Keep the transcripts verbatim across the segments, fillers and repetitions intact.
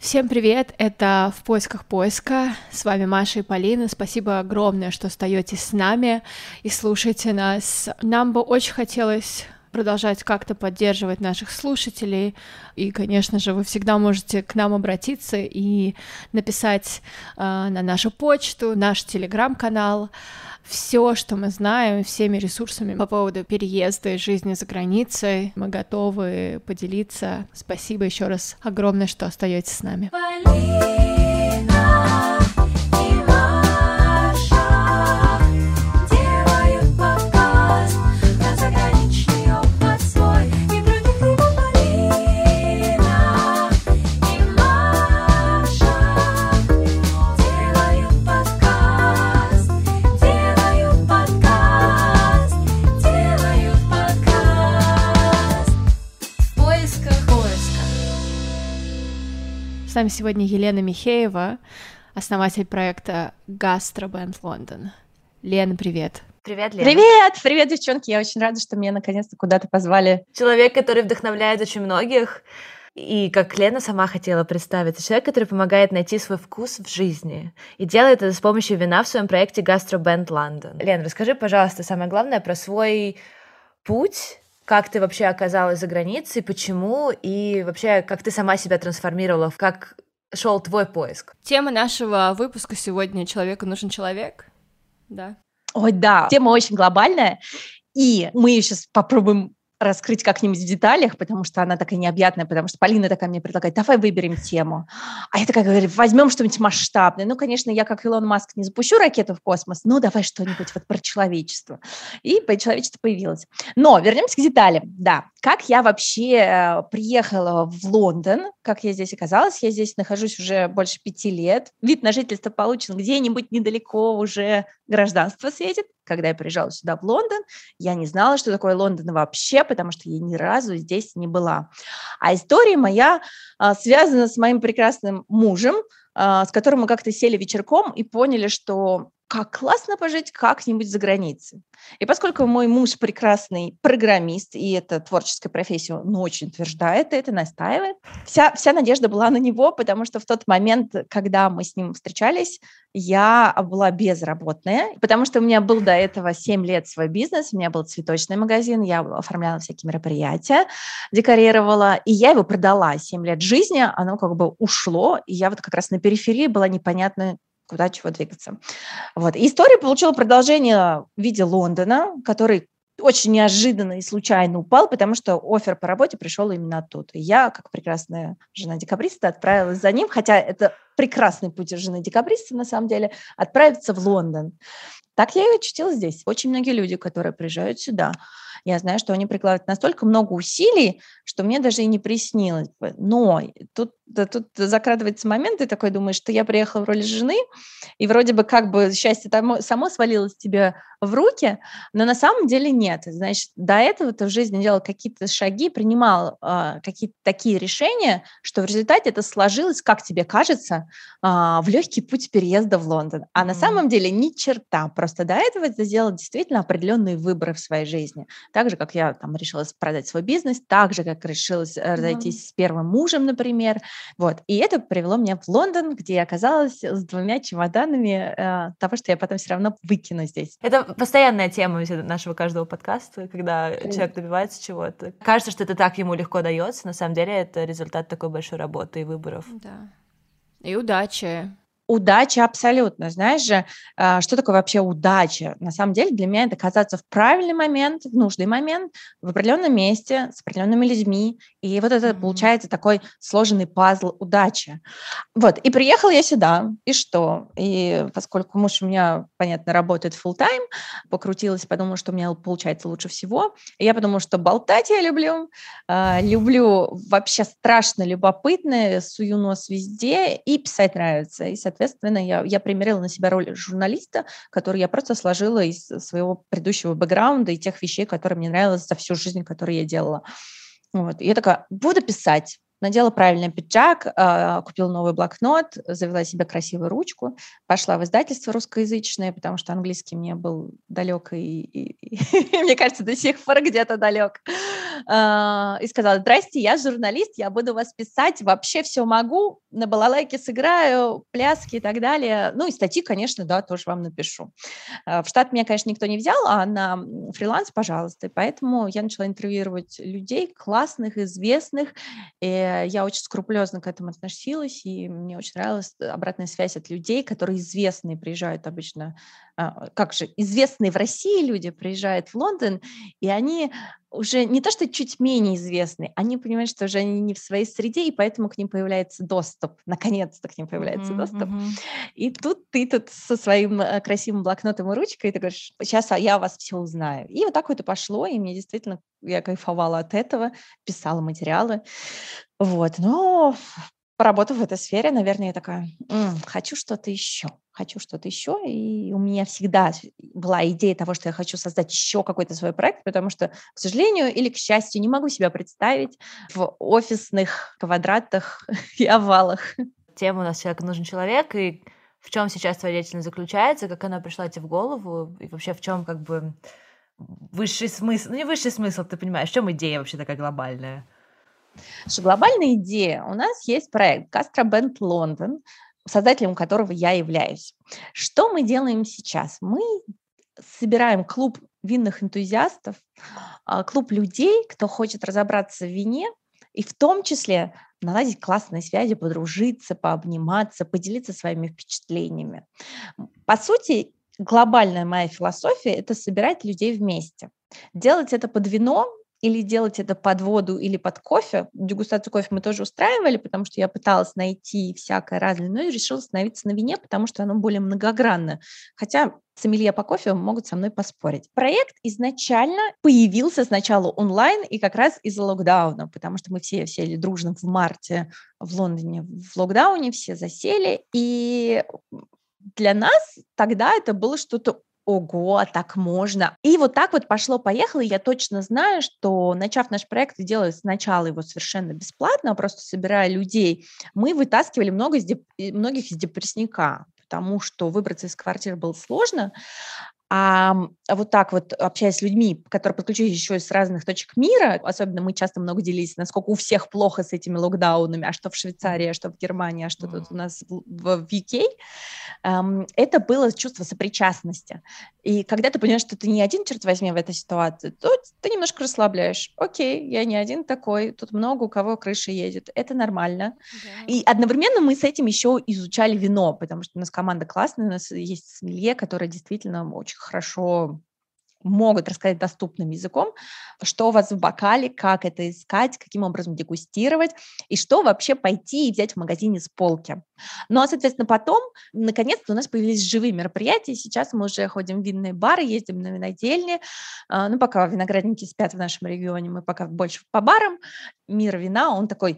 Всем привет, это «В поисках поиска», с вами Маша и Полина, спасибо огромное, что остаетесь с нами и слушаете нас. Нам бы очень хотелось продолжать как-то поддерживать наших слушателей, и, конечно же, вы всегда можете к нам обратиться и написать э, на нашу почту, наш телеграм-канал, все, что мы знаем, всеми ресурсами по поводу переезда и жизни за границей. Мы готовы поделиться. Спасибо еще раз огромное, что остаетесь с нами. С нами сегодня Елена Михеева, основатель проекта GastroBand London. Лена, привет. Привет, Лена. Привет! Привет, девчонки! Я очень рада, что меня наконец-то куда-то позвали. Человек, который вдохновляет очень многих, и, как Лена сама хотела представиться, человек, который помогает найти свой вкус в жизни и делает это с помощью вина в своем проекте GastroBand London. Лен, расскажи, пожалуйста, самое главное про свой путь. Как ты вообще оказалась за границей, почему, и вообще, как ты сама себя трансформировала, как шел твой поиск? Тема нашего выпуска сегодня «Человеку нужен человек», да? Ой, да, тема очень глобальная, и мы ее сейчас попробуем раскрыть как-нибудь в деталях, потому что она такая необъятная, потому что Полина такая мне предлагает, давай выберем тему. А я такая говорю, возьмем что-нибудь масштабное. Ну, конечно, я, как Илон Маск, не запущу ракету в космос, но давай что-нибудь вот про человечество. И человечество появилось. Но вернемся к деталям. Да, как я вообще приехала в Лондон, как я здесь оказалась, я здесь нахожусь уже больше пяти лет. Вид на жительство получен где-нибудь недалеко, уже гражданство светит. Когда я приезжала сюда, в Лондон, я не знала, что такое Лондон вообще, потому что я ни разу здесь не была. А история моя а, связана с моим прекрасным мужем, а, с которым мы как-то сели вечерком и поняли, что как классно пожить как-нибудь за границей. И поскольку мой муж прекрасный программист, и это творческая профессия, он очень утверждает это, настаивает, вся, вся надежда была на него, потому что в тот момент, когда мы с ним встречались, я была безработная, потому что у меня был до этого семь лет свой бизнес, у меня был цветочный магазин, я оформляла всякие мероприятия, декорировала, и я его продала. семь лет жизни, оно как бы ушло, и я вот как раз на периферии была непонятно, куда чего двигаться. Вот. И история получила продолжение в виде Лондона, который очень неожиданно и случайно упал, потому что оффер по работе пришел именно оттуда. И я, как прекрасная жена декабриста, отправилась за ним, хотя это прекрасный путь жены декабриста, на самом деле, отправиться в Лондон. Так я и очутилась здесь. Очень многие люди, которые приезжают сюда, я знаю, что они прикладывают настолько много усилий, что мне даже и не приснилось бы. Но тут, да, тут закрадывается момент, ты такой думаешь, что я приехала в роли жены, и вроде бы как бы счастье само, само свалилось тебе в руки, но на самом деле нет. Значит, до этого ты в жизни делал какие-то шаги, принимал э, какие-то такие решения, что в результате это сложилось, как тебе кажется, э, в легкий путь переезда в Лондон. А mm-hmm. на самом деле ни черта. Просто до этого ты сделал действительно определенные выборы в своей жизни. Так же, как я там решилась продать свой бизнес, так же, как решилась разойтись mm-hmm. с первым мужем, например. Вот. И это привело меня в Лондон, где я оказалась с двумя чемоданами э, того, что я потом все равно выкину здесь. Это постоянная тема нашего каждого подкаста, когда mm-hmm. человек добивается чего-то. Кажется, что это так ему легко дается. На самом деле это результат такой большой работы и выборов. Да. И удачи. Удача абсолютно. Знаешь же, что такое вообще удача? На самом деле для меня это оказаться в правильный момент, в нужный момент, в определенном месте, с определенными людьми. И вот это mm-hmm. получается такой сложенный пазл удачи. Вот. И приехала я сюда. И что? И поскольку муж у меня, понятно, работает full-time, покрутилась, подумала, что у меня получается лучше всего. И я подумала, что болтать я люблю. Люблю вообще страшно любопытное, сую нос везде, и писать нравится. И, соответственно, я, я примерила на себя роль журналиста, которую я просто сложила из своего предыдущего бэкграунда и тех вещей, которые мне нравились за всю жизнь, которую я делала. Вот. И я такая, буду писать. Надела правильный пиджак, купила новый блокнот, завела себе красивую ручку, пошла в издательство русскоязычное, потому что английский мне был далек и, и, и мне кажется, до сих пор где-то далек. И сказала: здрасте, я журналист, я буду вас писать, вообще все могу, на балалайке сыграю, пляски и так далее. Ну и статьи, конечно, да, тоже вам напишу. В штат меня, конечно, никто не взял, а на фриланс, пожалуйста. И поэтому я начала интервьюировать людей классных, известных. И я очень скрупулезно к этому относилась, и мне очень нравилась обратная связь от людей, которые известные, приезжают обычно, как же, известные в России люди приезжают в Лондон, и они уже не то, что чуть менее известны, они понимают, что уже они не в своей среде, и поэтому к ним появляется доступ. Наконец-то к ним появляется Мгм, доступ. мгм. И тут ты тут со своим э, красивым блокнотом и ручкой, ты говоришь, сейчас я о вас все узнаю. И вот так вот и пошло, и мне действительно, я кайфовала от этого, писала материалы. Вот, но поработав в этой сфере, наверное, я такая, «М, хочу что-то еще, хочу что-то еще». И у меня всегда была идея того, что я хочу создать еще какой-то свой проект, потому что, к сожалению или к счастью, не могу себя представить в офисных квадратах и овалах. Тема у нас «Человеку нужен человек», и в чем сейчас твоя деятельность заключается, как она пришла тебе в голову, и вообще в чем как бы высший смысл, ну не высший смысл, ты понимаешь, в чем идея вообще такая глобальная? Что глобальная идея. У нас есть проект GastroBand London, создателем которого я являюсь. Что мы делаем сейчас? Мы собираем клуб винных энтузиастов, а, клуб людей, кто хочет разобраться в вине, и в том числе наладить классные связи, подружиться, пообниматься, поделиться своими впечатлениями. По сути, глобальная моя философия – это собирать людей вместе. Делать это под вино или делать это под воду или под кофе. Дегустацию кофе мы тоже устраивали, потому что я пыталась найти всякое разное, но и решила остановиться на вине, потому что оно более многогранно. Хотя сомелье по кофе могут со мной поспорить. Проект изначально появился сначала онлайн и как раз из-за локдауна, потому что мы все сели дружно в марте в Лондоне в локдауне, все засели, и для нас тогда это было что-то ого, а так можно. И вот так вот пошло-поехало, и я точно знаю, что, начав наш проект и делая сначала его совершенно бесплатно, а просто собирая людей, мы вытаскивали много из деп... многих из депрессника, потому что выбраться из квартиры было сложно. А вот так вот, общаясь с людьми, которые подключились еще из разных точек мира, особенно мы часто много делились, насколько у всех плохо с этими локдаунами, а что в Швейцарии, а что в Германии, а что тут у нас в, в ю кей, эм, это было чувство сопричастности. И когда ты понимаешь, что ты не один, черт возьми, в этой ситуации, то ты немножко расслабляешь. Окей, я не один такой, тут много у кого крыша едет, это нормально. Да. И одновременно мы с этим еще изучали вино, потому что у нас команда классная, у нас есть сомелье, которая действительно очень хорошо могут рассказать доступным языком, что у вас в бокале, как это искать, каким образом дегустировать, и что вообще пойти и взять в магазине с полки. Ну, а, соответственно, потом, наконец-то, у нас появились живые мероприятия, сейчас мы уже ходим в винные бары, ездим на винодельни, ну, пока виноградники спят в нашем регионе, мы пока больше по барам. Мир вина, он такой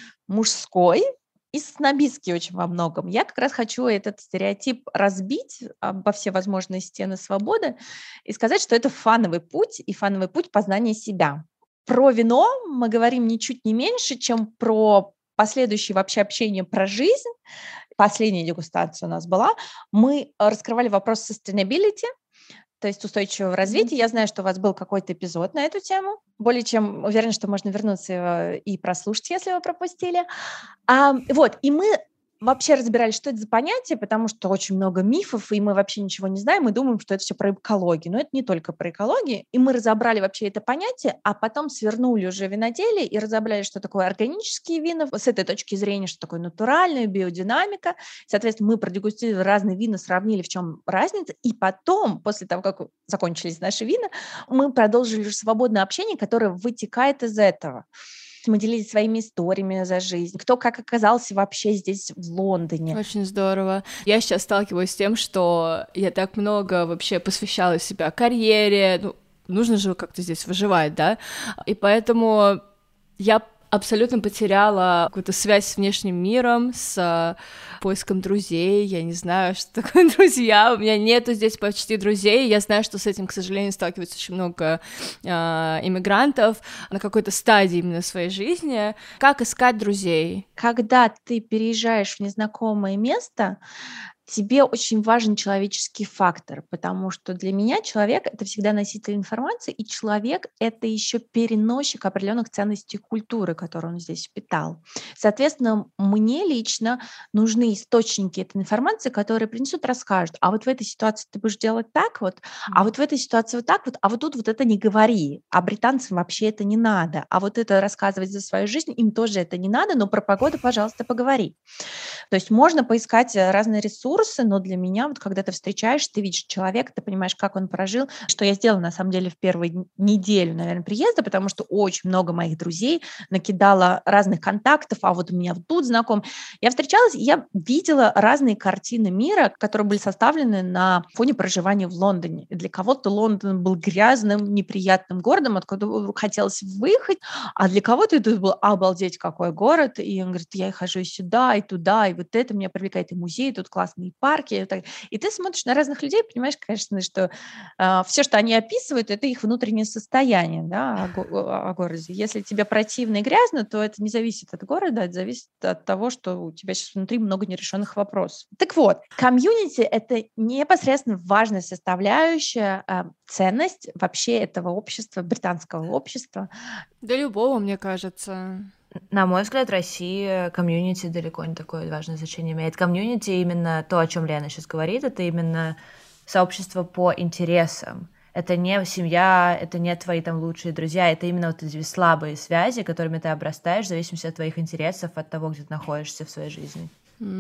мужской, и снобистский очень во многом. Я как раз хочу этот стереотип разбить обо все возможные стены свободы и сказать, что это фановый путь и фановый путь познания себя. Про вино мы говорим ничуть не меньше, чем про последующее вообще общение про жизнь. Последняя дегустация у нас была. Мы раскрывали вопрос sustainability, то есть устойчивого развития. Я знаю, что у вас был какой-то эпизод на эту тему. Более чем уверена, что можно вернуться и прослушать, если вы пропустили. А, вот, и мы вообще разбирали, что это за понятие, потому что очень много мифов, и мы вообще ничего не знаем, мы думаем, что это все про экологию. Но это не только про экологию. И мы разобрали вообще это понятие, а потом свернули уже виноделие и разобрали, что такое органические вина, с этой точки зрения, что такое натуральная биодинамика. Соответственно, мы продегустировали разные вина, сравнили, в чем разница. И потом, после того, как закончились наши вина, мы продолжили уже свободное общение, которое вытекает из этого. Мы делились своими историями за жизнь, кто как оказался вообще здесь, в Лондоне. Очень здорово. Я сейчас сталкиваюсь с тем, что я так много вообще посвящала себя карьере, ну, нужно же как-то здесь выживать, да, и поэтому я абсолютно потеряла какую-то связь с внешним миром, с поиском друзей, я не знаю, что такое друзья, у меня нету здесь почти друзей, я знаю, что с этим, к сожалению, сталкивается очень много э, иммигрантов на какой-то стадии именно своей жизни. Как искать друзей? Когда ты переезжаешь в незнакомое место, тебе очень важен человеческий фактор, потому что для меня человек — это всегда носитель информации, и человек — это еще переносчик определенных ценностей культуры, которые он здесь впитал. Соответственно, мне лично нужны источники этой информации, которые принесут, расскажут: а вот в этой ситуации ты будешь делать так вот, а вот в этой ситуации вот так вот, а вот тут вот это не говори, а британцам вообще это не надо, а вот это рассказывать за свою жизнь, им тоже это не надо, но про погоду, пожалуйста, поговори. То есть можно поискать разные ресурсы, но для меня, вот когда ты встречаешь, ты видишь человека, ты понимаешь, как он прожил, что я сделала на самом деле в первую неделю, наверное, приезда, потому что очень много моих друзей накидала разных контактов, а вот у меня вот тут знаком. Я встречалась, и я видела разные картины мира, которые были составлены на фоне проживания в Лондоне. И для кого-то Лондон был грязным, неприятным городом, откуда хотелось выехать, а для кого-то это был обалдеть какой город. И он говорит: я хожу и сюда, и туда, и вот это меня привлекает, и музей, и тут классные парки. И, так. И ты смотришь на разных людей, понимаешь, конечно, что э, все, что они описывают, это их внутреннее состояние, да, о, го- о городе. Если тебе противно и грязно, то это не зависит от города, это зависит от того, что у тебя сейчас внутри много нерешенных вопросов. Так вот, комьюнити — это непосредственно важная составляющая, э, ценность вообще этого общества, британского общества. Да любого, мне кажется. На мой взгляд, в России комьюнити далеко не такое важное значение имеет. Комьюнити, именно то, о чем Лена сейчас говорит, это именно сообщество по интересам. Это не семья, это не твои там лучшие друзья, это именно вот эти слабые связи, которыми ты обрастаешь в зависимости от твоих интересов, от того, где ты находишься в своей жизни.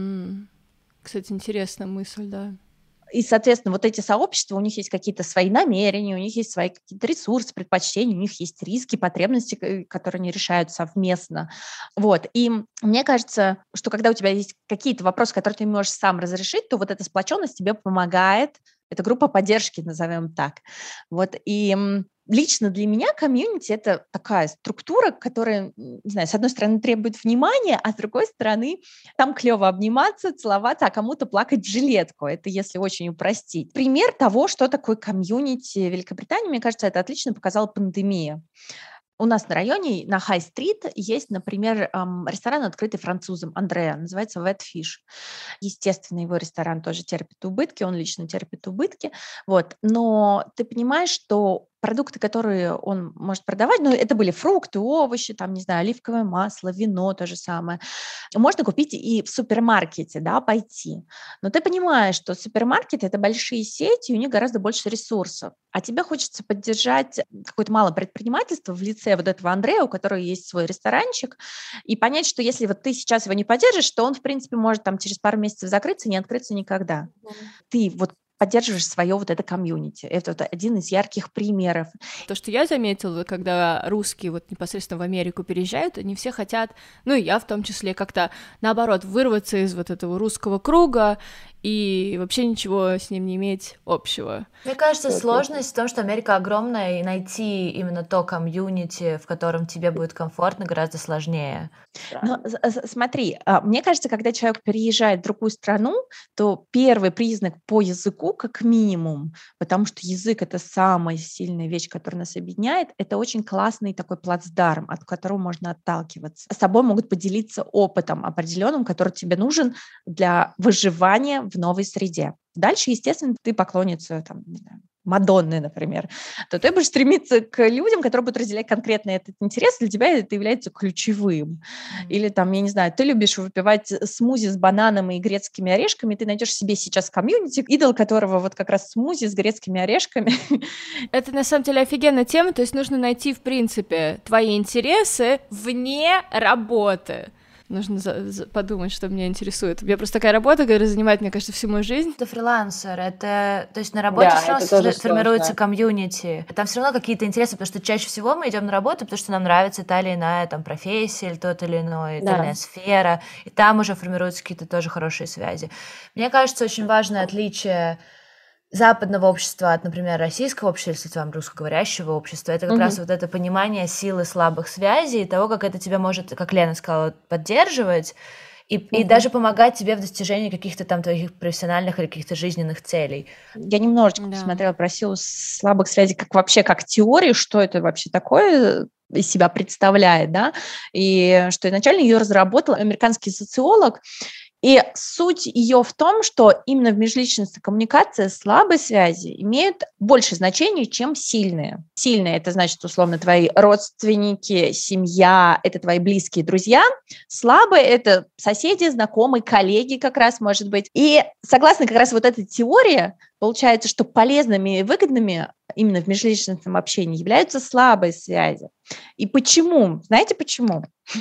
М. Кстати, интересная мысль, да. И, соответственно, вот эти сообщества, у них есть какие-то свои намерения, у них есть свои какие-то ресурсы, предпочтения, у них есть риски, потребности, к- которые они решают совместно. Вот. И мне кажется, что когда у тебя есть какие-то вопросы, которые ты не можешь сам разрешить, то вот эта сплоченность тебе помогает. Это группа поддержки, назовем так. Вот. И м, лично для меня комьюнити — это такая структура, которая, м, не знаю, с одной стороны требует внимания, а с другой стороны там клево обниматься, целоваться, а кому-то плакать в жилетку. Это если очень упростить. Пример того, что такое комьюнити в Великобритании, мне кажется, это отлично показала пандемия. У нас на районе, на Хай-стрит, есть, например, ам, ресторан, открытый французом Андреа, называется Wet Fish. Естественно, его ресторан тоже терпит убытки, он лично терпит убытки. Вот. Но ты понимаешь, что продукты, которые он может продавать, ну, это были фрукты, овощи, там, не знаю, оливковое масло, вино, то же самое, можно купить и в супермаркете, да, пойти. Но ты понимаешь, что супермаркеты — это большие сети, и у них гораздо больше ресурсов. А тебе хочется поддержать какое-то малое предпринимательство в лице вот этого Андрея, у которого есть свой ресторанчик, и понять, что если вот ты сейчас его не поддержишь, то он, в принципе, может там через пару месяцев закрыться и не открыться никогда. Ты вот поддерживаешь свое вот это комьюнити. Это вот один из ярких примеров. То, что я заметила, когда русские вот непосредственно в Америку переезжают, они все хотят, ну и я в том числе, как-то наоборот вырваться из вот этого русского круга и вообще ничего с ним не иметь общего. Мне кажется, сложность в том, что Америка огромная, и найти именно то комьюнити, в котором тебе будет комфортно, гораздо сложнее. Но с- с- смотри, а, мне кажется, когда человек переезжает в другую страну, то первый признак по языку, как минимум, потому что язык — это самая сильная вещь, которая нас объединяет, это очень классный такой плацдарм, от которого можно отталкиваться. С тобой могут поделиться опытом определенным, который тебе нужен для выживания в новой среде. Дальше, естественно, ты поклонница, там, не знаю, Мадонны, например, то ты будешь стремиться к людям, которые будут разделять конкретно этот интерес, для тебя это является ключевым. Или там, я не знаю, ты любишь выпивать смузи с бананом и грецкими орешками, ты найдешь себе сейчас комьюнити, идол которого вот как раз смузи с грецкими орешками. Это на самом деле офигенная тема, то есть нужно найти, в принципе, твои интересы вне работы. Нужно за- за- подумать, что меня интересует. У меня просто такая работа, которая занимает, мне кажется, всю мою жизнь. Это фрилансер, это, то есть на работе Да, все равно это тоже сф- формируется сложно. комьюнити. Там все равно какие-то интересы, потому что чаще всего мы идем на работу, потому что нам нравится та или иная там профессия, или тот или иной, та или Да. иная сфера, и там уже формируются какие-то тоже хорошие связи. Мне кажется, очень важное отличие западного общества от, например, российского общества, или, кстати, вам русскоговорящего общества, это как Мгм. раз вот это понимание силы слабых связей и того, как это тебя может, как Лена сказала, поддерживать и, и Мгм. даже помогать тебе в достижении каких-то там твоих профессиональных или каких-то жизненных целей. Я немножечко Да. посмотрела про силу слабых связей, как вообще, как теорию, что это вообще такое из себя представляет, да, и что изначально ее разработал американский социолог. И суть ее в том, что именно в межличностной коммуникации слабые связи имеют больше значения, чем сильные. Сильные – это значит, условно, твои родственники, семья, это твои близкие друзья. Слабые – это соседи, знакомые, коллеги как раз, может быть. И согласно как раз вот этой теории, получается, что полезными и выгодными именно в межличностном общении являются слабые связи. И почему? Знаете почему?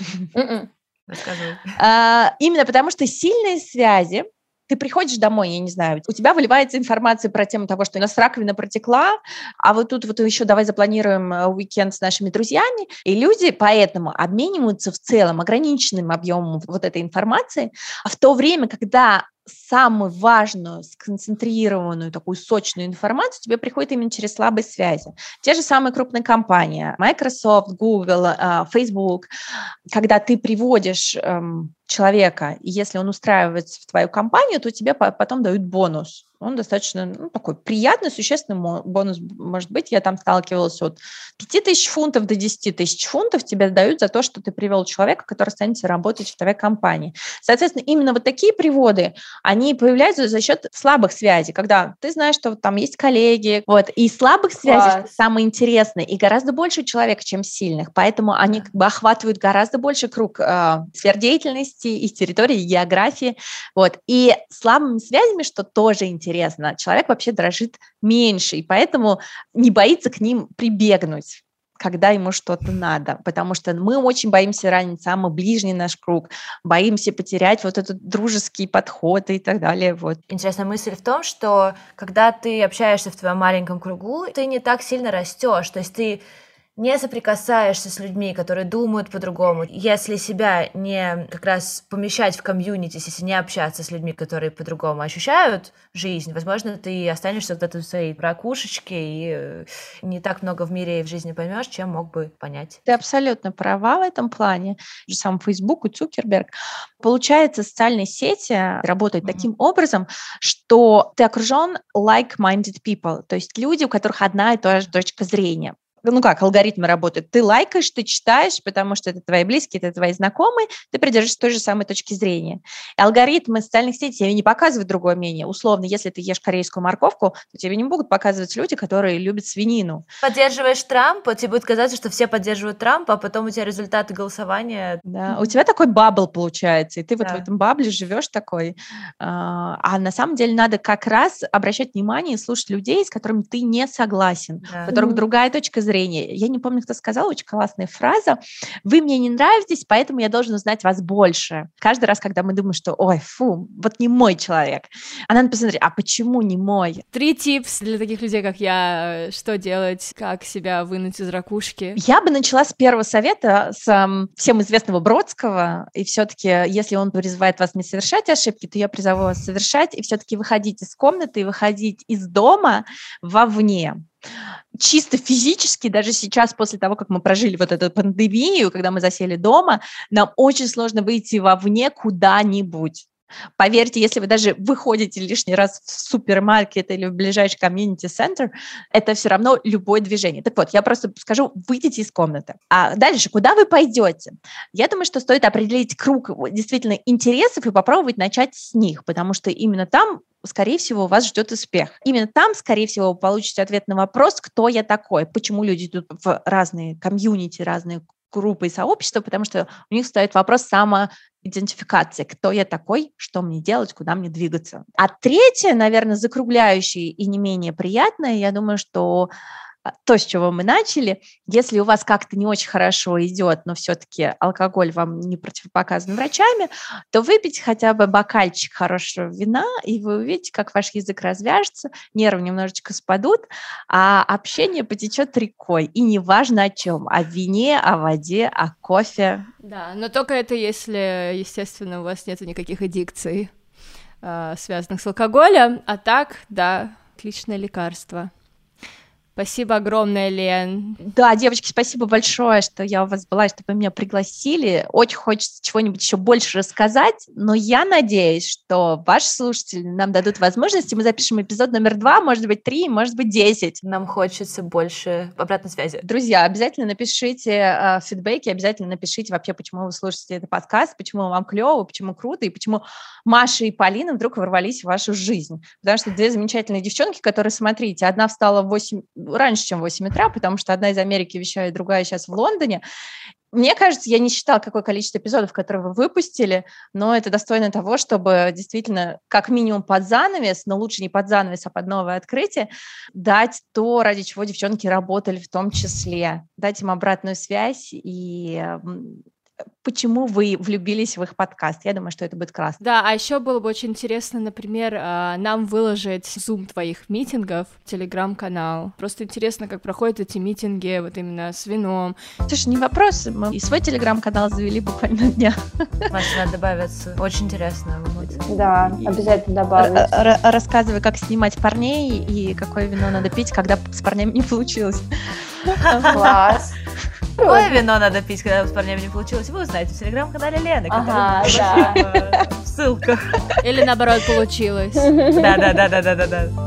Рассказывай. А, именно потому, что сильные связи, ты приходишь домой, я не знаю, у тебя выливается информация про тему того, что у нас раковина протекла, а вот тут вот еще давай запланируем уикенд с нашими друзьями, и люди поэтому обмениваются в целом ограниченным объемом вот этой информации, а в то время, когда самую важную, сконцентрированную, такую сочную информацию тебе приходит именно через слабые связи. Те же самые крупные компании, Microsoft, Google, Facebook, когда ты приводишь человека, и если он устраивается в твою компанию, то тебе потом дают бонус. Он достаточно ну, такой приятный, существенный бонус может быть. Я там сталкивалась от пяти тысяч фунтов до десяти тысяч фунтов тебе дают за то, что ты привел человека, который останется работать в твоей компании. Соответственно, именно вот такие приводы, они появляются за счет слабых связей, когда ты знаешь, что вот там есть коллеги, вот, и слабых связей, что самое интересное, и гораздо больше человек, чем сильных, поэтому они как бы охватывают гораздо больше круг э, сфер деятельности, и территории, и географии, вот, и слабыми связями, что тоже интересно, интересно, человек вообще дрожит меньше, и поэтому не боится к ним прибегнуть, когда ему что-то надо, потому что мы очень боимся ранить самый ближний наш круг, боимся потерять вот этот дружеский подход и так далее. Вот. Интересная мысль в том, что когда ты общаешься в твоем маленьком кругу, ты не так сильно растешь, то есть ты не соприкасаешься с людьми, которые думают по-другому. Если себя не как раз помещать в комьюнити, если не общаться с людьми, которые по-другому ощущают жизнь, возможно, ты останешься вот в своей ракушечке и не так много в мире и в жизни поймешь, чем мог бы понять. Ты абсолютно права в этом плане. Же сам Facebook и Цукерберг. Получается, социальные сети работают mm-hmm. таким образом, что ты окружен like-minded people, то есть люди, у которых одна и та же точка зрения. Ну как, алгоритмы работают. Ты лайкаешь, ты читаешь, потому что это твои близкие, это твои знакомые, ты придерживаешься той же самой точки зрения. И алгоритмы социальных сетей тебе не показывают другое мнение. Условно, если ты ешь корейскую морковку, то тебе не могут показывать люди, которые любят свинину. Поддерживаешь Трампа, тебе будет казаться, что все поддерживают Трампа, а потом у тебя результаты голосования. Да, у тебя такой бабл получается, и ты да. вот в этом бабле живешь такой. А на самом деле надо как раз обращать внимание и слушать людей, с которыми ты не согласен, да. у которых mm-hmm. другая точка зрения. Я не помню, кто сказал, очень классная фраза. Вы мне не нравитесь, поэтому я должен узнать вас больше. Каждый раз, когда мы думаем, что ой, фу, вот не мой человек, а надо посмотреть, а почему не мой? Три типс для таких людей, как я, что делать, как себя вынуть из ракушки. Я бы начала с первого совета, с um, всем известного Бродского, и все-таки, если он призывает вас не совершать ошибки, то я призову вас совершать, и все-таки выходить из комнаты и выходить из дома вовне. Чисто физически, даже сейчас, после того, как мы прожили вот эту пандемию, когда мы засели дома, нам очень сложно выйти вовне куда-нибудь. Поверьте, если вы даже выходите лишний раз в супермаркет или в ближайший комьюнити-центр, это все равно любое движение. Так вот, я просто скажу, выйдите из комнаты. А дальше, куда вы пойдете? Я думаю, что стоит определить круг действительно интересов и попробовать начать с них, потому что именно там, скорее всего, вас ждет успех. Именно там, скорее всего, вы получите ответ на вопрос, кто я такой, почему люди идут в разные комьюнити, разные группы и сообщества, потому что у них стоит вопрос самоидентификации. Кто я такой, что мне делать, куда мне двигаться. А третье, наверное, закругляющее и не менее приятное, я думаю, что то, с чего мы начали, если у вас как-то не очень хорошо идет, но все-таки алкоголь вам не противопоказан врачами, то выпейте хотя бы бокальчик хорошего вина, и вы увидите, как ваш язык развяжется, нервы немножечко спадут, а общение потечет рекой. И неважно о чем, о вине, о воде, о кофе. Да, но только это если, естественно, у вас нет никаких аддикций, связанных с алкоголем, а так, да, отличное лекарство. Спасибо огромное, Лен. Да, девочки, спасибо большое, что я у вас была, что вы меня пригласили. Очень хочется чего-нибудь еще больше рассказать, но я надеюсь, что ваши слушатели нам дадут возможность, и мы запишем эпизод номер два, может быть, три, может быть, десять. Нам хочется больше обратной связи. Друзья, обязательно напишите э, фидбэки, обязательно напишите вообще, почему вы слушаете этот подкаст, почему вам клево, почему круто, и почему Маша и Полина вдруг ворвались в вашу жизнь. Потому что две замечательные девчонки, которые, смотрите, одна встала в восемь раньше, чем в восемь утра, потому что одна из Америки вещает, другая сейчас в Лондоне. Мне кажется, я не считала, какое количество эпизодов, которые вы выпустили, но это достойно того, чтобы действительно как минимум под занавес, но лучше не под занавес, а под новое открытие, дать то, ради чего девчонки работали в том числе, дать им обратную связь и почему вы влюбились в их подкаст. Я думаю, что это будет классно. Да, а еще было бы очень интересно, например, нам выложить зум твоих митингов в телеграм-канал. Просто интересно, как проходят эти митинги вот именно с вином. Слушай, не вопрос. Мы и свой телеграм-канал завели буквально на днях. Маша, надо добавиться. Очень интересно будет. Да, обязательно добавлю. Рассказывай, как снимать парней и какое вино надо пить, когда с парнями не получилось. Класс. Какое вино надо пить, когда с парнями не получилось, вы узнаете в телеграм-канале Лены, ага, который да. в ссылках. Или наоборот получилось. Да-да-да-да-да-да.